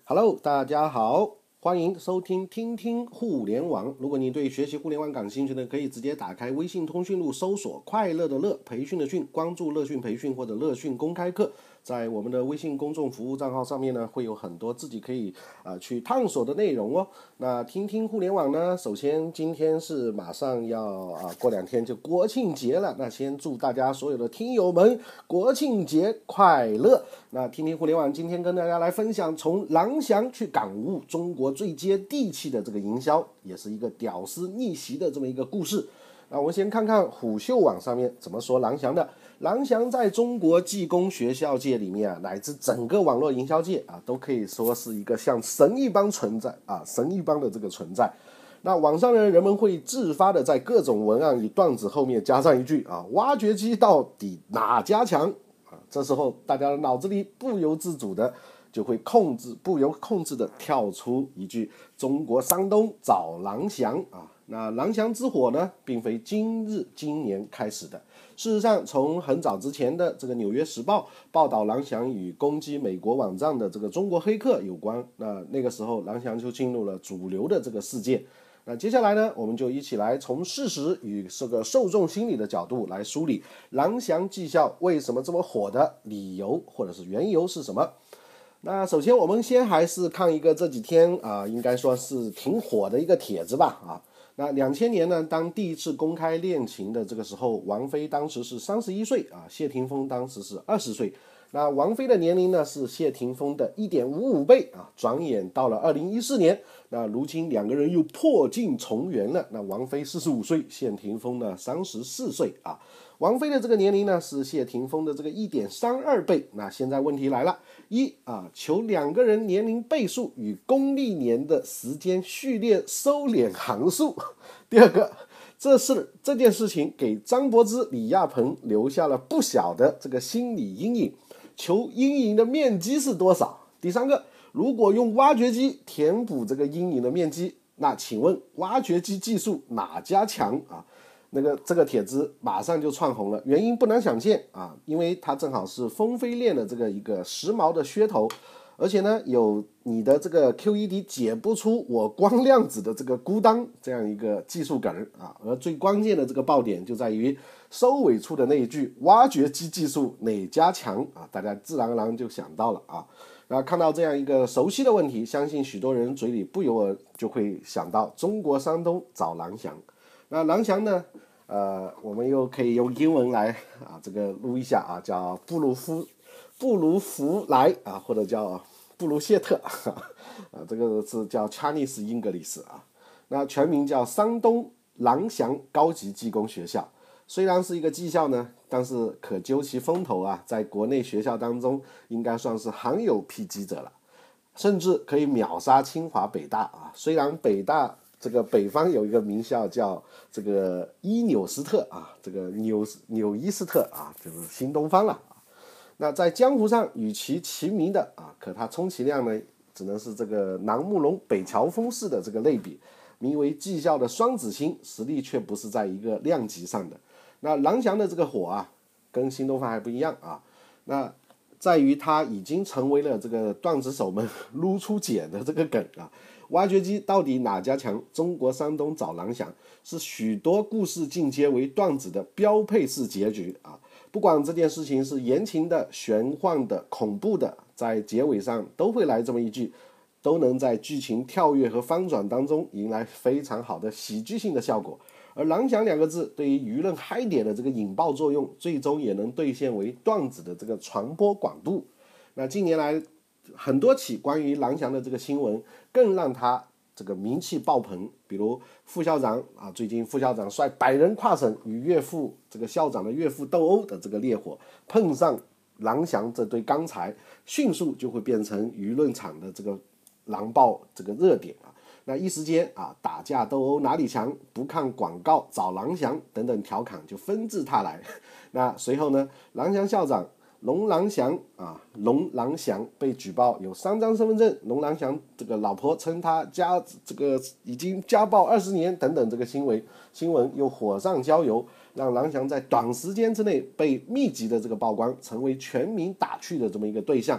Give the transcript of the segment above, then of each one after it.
Hello，大家好，欢迎收听听听互联网。如果你对学习互联网感兴趣的，可以直接打开微信通讯录，搜索快乐的乐，培训的训，关注乐讯培训或者乐讯公开课。在我们的微信公众服务账号上面呢，会有很多自己可以去探索的内容哦。那听听互联网呢，首先今天是马上要过2天就国庆节了，那先祝大家所有的听友们国庆节快乐。那听听互联网今天跟大家来分享，从郎翔去感悟中国最接地气的这个营销，也是一个屌丝逆袭的这么一个故事。那我们先看看虎嗅网上面怎么说郎翔的。郎翔在中国技工学校界里面乃至整个网络营销界都可以说是一个像神一般存在神一般的这个存在。那网上的人们会自发的在各种文案与段子后面加上一句挖掘机到底哪家强这时候大家的脑子里不由自主的就会不由控制的跳出一句中国山东找郎翔那郎翔之火呢，并非今年开始的。事实上，从很早之前的这个《纽约时报》报道郎翔与攻击美国网站的这个中国黑客有关，那个时候郎翔就进入了主流的这个世界。那接下来呢，我们就一起来从事实与这个受众心理的角度来梳理郎翔技校为什么这么火的理由或者是缘由是什么。那首先我们先还是看一个这几天应该说是挺火的一个帖子吧那2000年呢，当第一次公开恋情的这个时候，王菲当时是31岁谢霆锋当时是20岁。那王菲的年龄呢是谢霆锋的 1.55 倍转眼到了2014年，那如今两个人又破镜重圆了。那王菲45岁，谢霆锋呢34岁王菲的这个年龄呢是谢霆锋的这个 1.32 倍。那现在问题来了，求两个人年龄倍数与公历年的时间序列收敛函数。第二个，这件事情给张柏芝、李亚鹏留下了不小的这个心理阴影，求阴影的面积是多少？第三个，如果用挖掘机填补这个阴影的面积，那请问挖掘机技术哪家强这个帖子马上就窜红了，原因不难想见因为它正好是风飞链的这个一个时髦的噱头，而且呢有你的这个 QED 解不出我光量子的这个孤单这样一个技术梗而最关键的这个爆点就在于收尾处的那一句挖掘机技术哪家强大家自然而然就想到了然后看到这样一个熟悉的问题，相信许多人嘴里不由而就会想到中国山东找郎翔。那郎翔呢我们又可以用英文来这个录一下叫布鲁弗莱或者叫布鲁谢特这个是叫 Chinese English 那全名叫山东郎翔高级技工学校。虽然是一个技校呢，但是可究其风头在国内学校当中应该算是罕有辟基者了，甚至可以秒杀清华北大虽然北大这个北方有一个名校叫这个伊纽斯特这个纽伊斯特就是新东方了那在江湖上与其齐名的可它充其量呢只能是这个南慕容北乔峰式的这个类比，名为技校的双子星，实力却不是在一个量级上的。那郎翔的这个火跟新东方还不一样那在于它已经成为了这个段子手们撸出茧的这个梗挖掘机到底哪家强？中国山东找郎翔是许多故事进阶为段子的标配式结局不管这件事情是言情的、玄幻的、恐怖的，在结尾上都会来这么一句，都能在剧情跳跃和翻转当中迎来非常好的喜剧性的效果。而郎翔2个字对于舆论嗨点的这个引爆作用，最终也能兑现为段子的这个传播广度。那近年来很多起关于郎翔的这个新闻更让他这个名气爆棚，比如副校长最近副校长率100人跨省与这个校长的岳父斗殴的这个烈火，碰上郎翔这堆钢材，迅速就会变成舆论场的这个狼爆这个热点那一时间打架斗殴哪里强，不看广告找郎翔等等调侃就纷至沓来。那随后呢，郎翔校长龙郎祥被举报有3张身份证，龙郎祥这个老婆称他这个已经家暴20年等等这个新闻又火上浇油，让郎翔在短时间之内被密集的这个曝光，成为全民打趣的这么一个对象。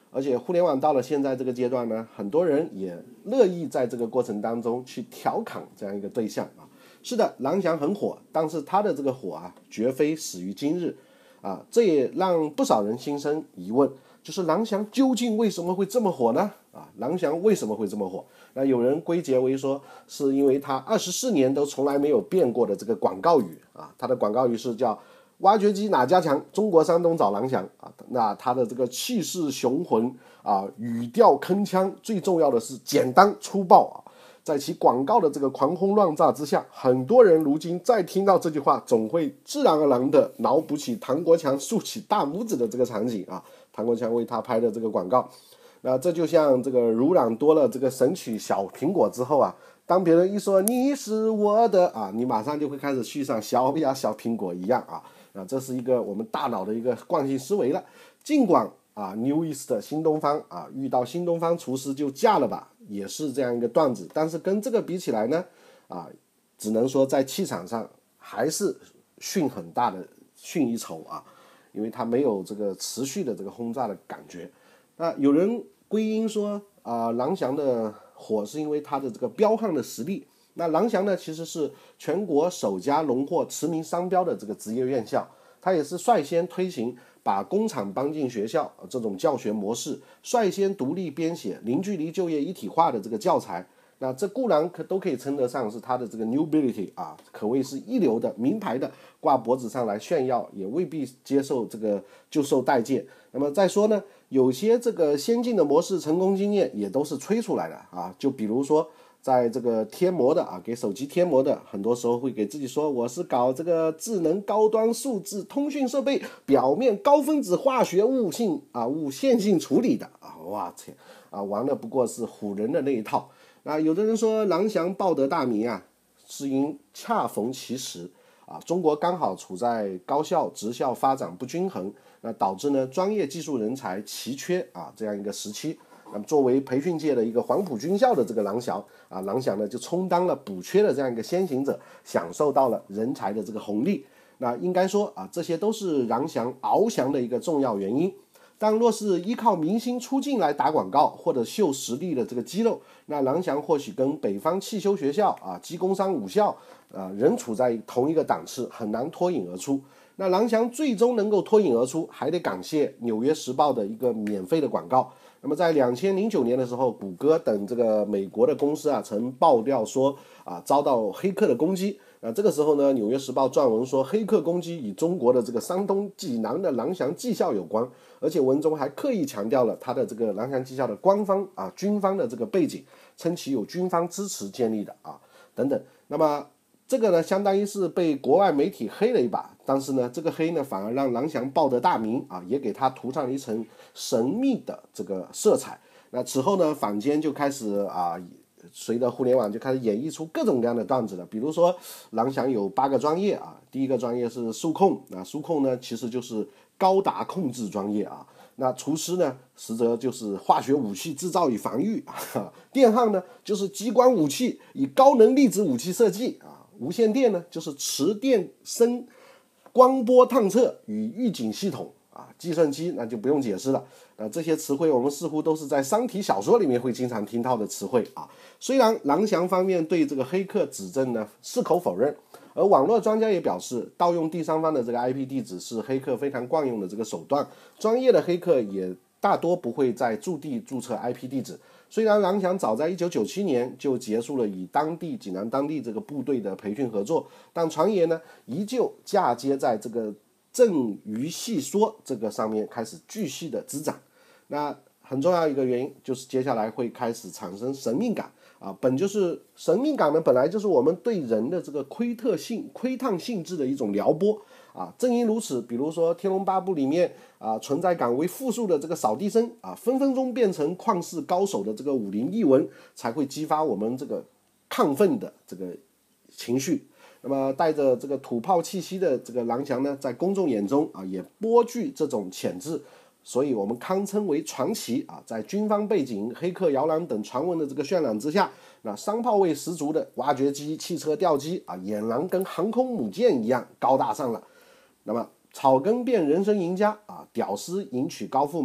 而且互联网到了现在这个阶段呢，很多人也乐意在这个过程当中去调侃这样一个对象啊。是的，狼翔很火，但是他的这个火啊，绝非始于今日啊，这也让不少人心生疑问，就是狼翔究竟为什么会这么火呢？啊，狼翔为什么会这么火？那有人归结为说，是因为他24年都从来没有变过的这个广告语啊，他的广告语是叫挖掘机哪家强？中国山东找狼翔啊！那他的这个气势雄浑啊，语调铿锵，最重要的是简单粗暴啊！在其广告的这个狂轰乱炸之下，很多人如今再听到这句话，总会自然而然的脑补起唐国强竖起大拇指的这个场景啊！唐国强为他拍的这个广告，那这就像这个濡染多了这个神曲小苹果之后啊，当别人一说你是我的啊，你马上就会开始续上小呀小苹果一样啊。这是一个我们大脑的一个惯性思维了。尽管啊 New East 新东方啊遇到新东方厨师就嫁了吧，也是这样一个段子，但是跟这个比起来呢，啊，只能说在气场上还是逊很大的逊一筹啊，因为它没有这个持续的这个轰炸的感觉。那有人归因说狼翔的火是因为它的这个彪悍的实力。那狼翔呢，其实是全国首家荣获驰名商标的这个职业院校，它也是率先推行把工厂搬进学校这种教学模式，率先独立编写零距离就业一体化的这个教材。那这固然都可以称得上是它的这个 newbility 啊，可谓是一流的名牌的，挂脖子上来炫耀，也未必接受这个就受待见。那么再说呢，有些这个先进的模式成功经验也都是吹出来的啊，就比如说。在这个贴膜的啊，给手机贴膜的，很多时候会给自己说我是搞这个智能高端数字通讯设备表面高分子化学物线性处理的啊，哇天啊，玩的不过是唬人的那一套。那有的人说狼翔报得大名啊，是因恰逢其时啊，中国刚好处在高校职校发展不均衡，那导致呢专业技术人才奇缺啊这样一个时期。那么作为培训界的一个黄埔军校的这个狼翔啊，狼翔呢就充当了补缺的这样一个先行者，享受到了人才的这个红利。那应该说啊，这些都是狼翔翱翔的一个重要原因。但若是依靠明星出镜来打广告或者秀实力的这个肌肉，那狼翔或许跟北方汽修学校啊、机工商武校仍处在同一个档次，很难脱颖而出。那狼翔最终能够脱颖而出，还得感谢《纽约时报》的一个免费的广告。那么在2009年的时候，谷歌等这个美国的公司曾爆料说遭到黑客的攻击。那这个时候呢，《纽约时报》撰文说黑客攻击与中国的这个山东济南的狼翔技校有关，而且文中还刻意强调了他的这个狼翔技校的官方军方的这个背景，称其有军方支持建立的等等。那么这个呢，相当于是被国外媒体黑了一把，但是呢，这个黑呢反而让狼翔报得大名也给他涂上了一层神秘的这个色彩。那此后呢，坊间就开始随着互联网就开始演绎出各种各样的段子了。比如说，狼翔有8个专业第一个专业是数控，那数控呢其实就是高达控制专业那厨师呢，实则就是化学武器制造与防御电焊呢，就是激光武器与高能粒子武器设计无线电呢，就是磁电声光波探测与预警系统计算机那就不用解释了。这些词汇我们似乎都是在商体小说里面会经常听到的词汇虽然狼翔方面对这个黑客指证呢矢口否认，而网络专家也表示，盗用第三方的这个 IP 地址是黑客非常惯用的这个手段，专业的黑客也大多不会在驻地注册 IP 地址。虽然狼翔早在1997年就结束了与济南当地这个部队的培训合作，但传言呢依旧嫁接在这个正鱼细说这个上面开始继续的滋长。那很重要一个原因就是接下来会开始产生神秘感本就是神秘感呢，本来就是我们对人的这个窥探性质的一种撩拨正因如此，比如说《天龙八部》里面存在感为负数的这个扫地僧分分钟变成旷世高手的这个武林异闻，才会激发我们这个亢奋的这个情绪。那么带着这个土炮气息的这个狼翔呢，在公众眼中也颇具这种潜质，所以我们堪称为传奇在军方背景、黑客摇篮等传闻的这个渲染之下，那商炮味十足的挖掘机、汽车吊机俨然跟航空母舰一样高大上了。那么草根变人生赢家屌丝迎娶高富美，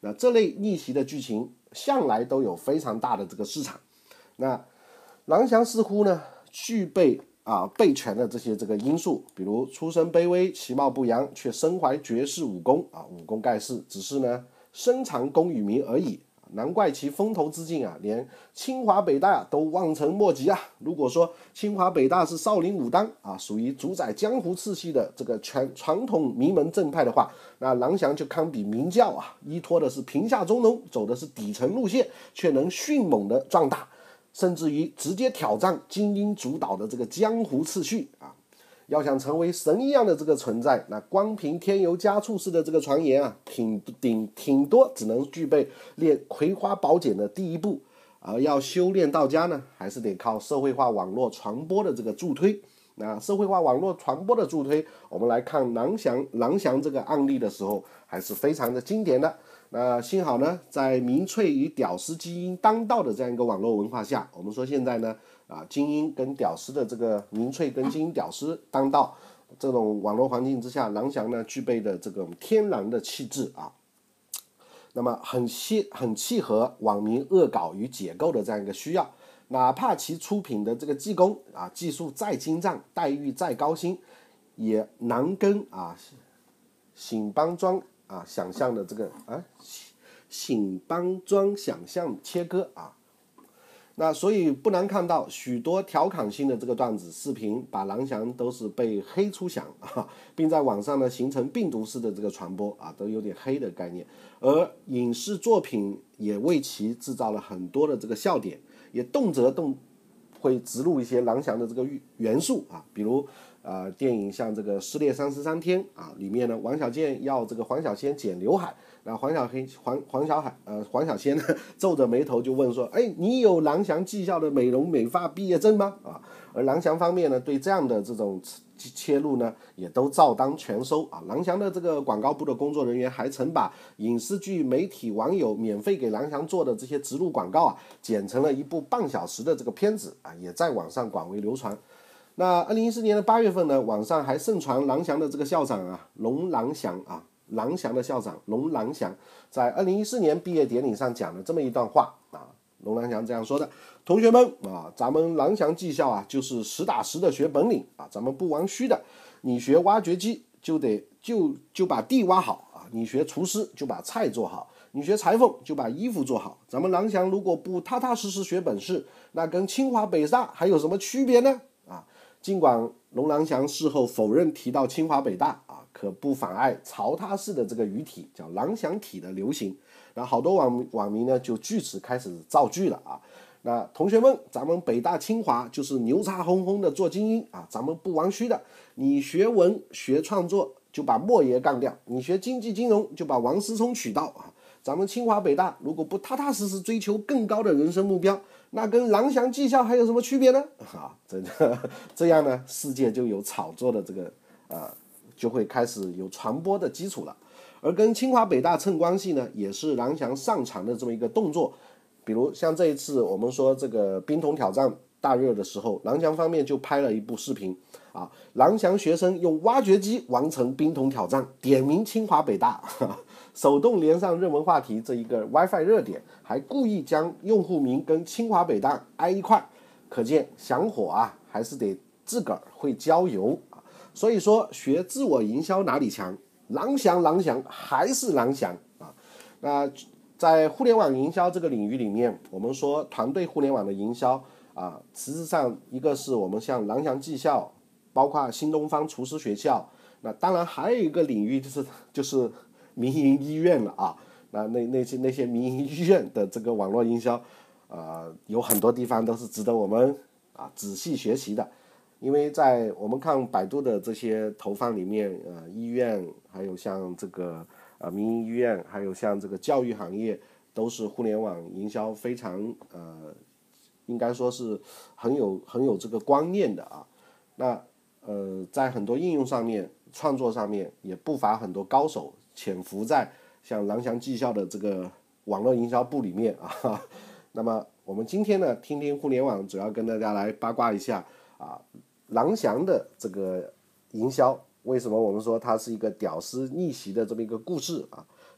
那这类逆袭的剧情向来都有非常大的这个市场。那郎祥似乎呢具备备全的这个因素，比如出身卑微，其貌不扬，却身怀绝世武功武功盖世，只是呢深藏功与名而已。难怪其风头之境连清华北大都望尘莫及啊！如果说清华北大是少林武当属于主宰江湖次系的这个传统名门正派的话，那郎祥就堪比明教依托的是贫下中农，走的是底层路线，却能迅猛的壮大，甚至于直接挑战精英主导的这个江湖次序要想成为神一样的这个存在，那光凭添油加醋式的这个传言挺多只能具备练葵花宝典的第一步，而要修炼到家呢，还是得靠社会化网络传播的这个助推。那社会化网络传播的助推，我们来看郎祥这个案例的时候，还是非常的经典的。那幸好呢，在民粹与屌丝基因当道的这样一个网络文化下，我们说现在呢精英跟屌丝的这个民粹跟精英屌丝当道这种网络环境之下，郎祥呢具备的这种天然的气质那么很契合网民恶搞与解构的这样一个需要。哪怕其出品的这个技工技术再精湛，待遇再高薪，也难跟醒邦庄想象的这个醒邦庄想象切割那所以不难看到许多调侃性的这个段子视频，把郎祥都是被黑出翔并在网上呢形成病毒式的这个传播都有点黑的概念。而影视作品也为其制造了很多的这个笑点，也动辄会植入一些郎祥的这个元素比如电影像这个《失恋33天》里面呢，王小贱要这个黄小仙剪刘海，那黄小仙呢皱着眉头就问说：“你有郎祥技校的美容美发毕业证吗？”而郎祥方面呢，对这样的这种切入呢，也都照单全收郎祥的这个广告部的工作人员还曾把影视剧媒体网友免费给郎祥做的这些植入广告剪成了一部半小时的这个片子也在网上广为流传。那2014年的8月份呢，网上还盛传郎祥的这个校长龙郎祥郎祥的校长龙郎祥在2014年毕业典礼上讲了这么一段话龙郎祥这样说的：“同学们咱们郎祥技校就是实打实的学本领咱们不玩虚的。你学挖掘机就把地挖好你学厨师就把菜做好，你学裁缝就把衣服做好。咱们郎祥如果不踏踏实实学本事，那跟清华北大还有什么区别呢？”尽管龙郎祥事后否认提到清华北大可不妨碍曹他式的这个语体叫郎祥体的流行。那好多网民呢就据此开始造句了那同学们，咱们北大清华就是牛叉哄哄的做精英咱们不玩虚的。你学文学创作就把莫爷干掉，你学经济金融就把王思聪取道咱们清华北大如果不踏踏实实追求更高的人生目标，那跟郎祥技校还有什么区别呢？这样呢，世界就有炒作的这个就会开始有传播的基础了。而跟清华北大蹭关系呢，也是郎祥上场的这么一个动作。比如像这一次我们说这个冰桶挑战大热的时候，郎祥方面就拍了一部视频郎祥学生用挖掘机完成冰桶挑战，点名清华北大手动连上热门话题这一个 WiFi 热点，还故意将用户名跟清华北大挨一块，可见想火还是得自个儿会浇油所以说学自我营销哪里强，郎祥还是郎祥那在互联网营销这个领域里面，我们说团队互联网的营销实质上一个是我们像郎祥技校，包括新东方厨师学校，那当然还有一个领域就是民营医院了那些民营医院的这个网络营销有很多地方都是值得我们仔细学习的。因为在我们看百度的这些投放里面医院还有像这个民营医院还有像这个教育行业都是互联网营销非常应该说是很有这个观念的那在很多应用上面创作上面也不乏很多高手潜伏在像郎祥技校的这个网络营销部里面那么我们今天呢听听互联网主要跟大家来八卦一下郎祥的这个营销为什么我们说它是一个屌丝逆袭的这么一个故事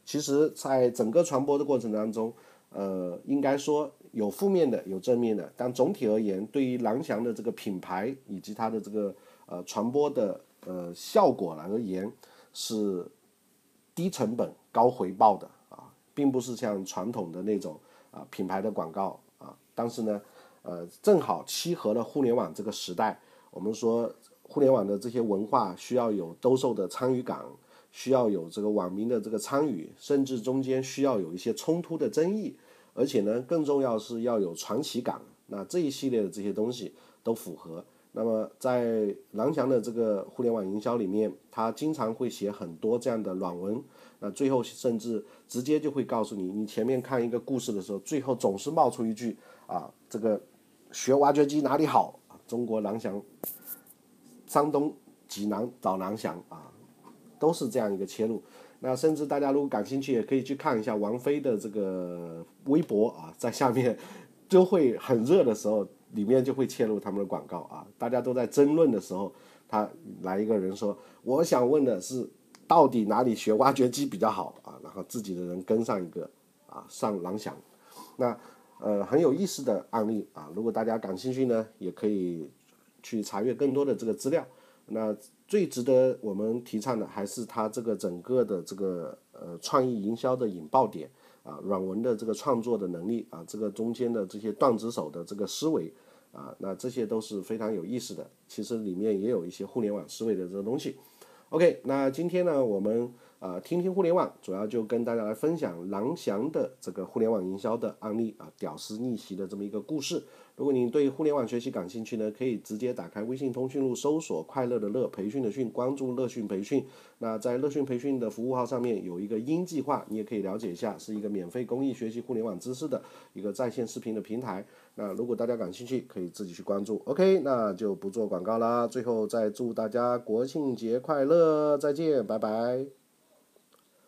其实在整个传播的过程当中，应该说有负面的，有正面的，但总体而言，对于狼翔的这个品牌以及它的这个传播的效果而言，是低成本高回报的啊，并不是像传统的那种品牌的广告啊。但是呢，正好契合了互联网这个时代。我们说互联网的这些文化需要有兜售的参与感，需要有这个网民的这个参与，甚至中间需要有一些冲突的争议，而且呢，更重要是要有传奇感。那这一系列的这些东西都符合。那么在狼翔的这个互联网营销里面，他经常会写很多这样的软文，那最后甚至直接就会告诉你，你前面看一个故事的时候，最后总是冒出一句这个学挖掘机哪里好？中国狼翔，山东济南找狼翔啊，都是这样一个切入。那甚至大家如果感兴趣，也可以去看一下王菲的这个微博啊，在下面就会很热的时候，里面就会切入他们的广告啊。大家都在争论的时候，他来一个人说：“我想问的是，到底哪里学挖掘机比较好啊？”然后自己的人跟上一个上狼翔。那很有意思的案例啊，如果大家感兴趣呢，也可以去查阅更多的这个资料。那最值得我们提倡的还是它这个整个的这个创意营销的引爆点啊，软文的这个创作的能力啊，这个中间的这些段子手的这个思维啊，那这些都是非常有意思的。其实里面也有一些互联网思维的这个东西。OK， 那今天呢，我们听听互联网，主要就跟大家来分享狼翔的这个互联网营销的案例啊，屌丝逆袭的这么一个故事。如果你对互联网学习感兴趣呢，可以直接打开微信通讯录搜索快乐的乐培训的训，关注乐讯培训。那在乐讯培训的服务号上面有一个鹰计划，你也可以了解一下，是一个免费公益学习互联网知识的一个在线视频的平台。那如果大家感兴趣，可以自己去关注。OK， 那就不做广告啦。最后再祝大家国庆节快乐，再见，拜拜。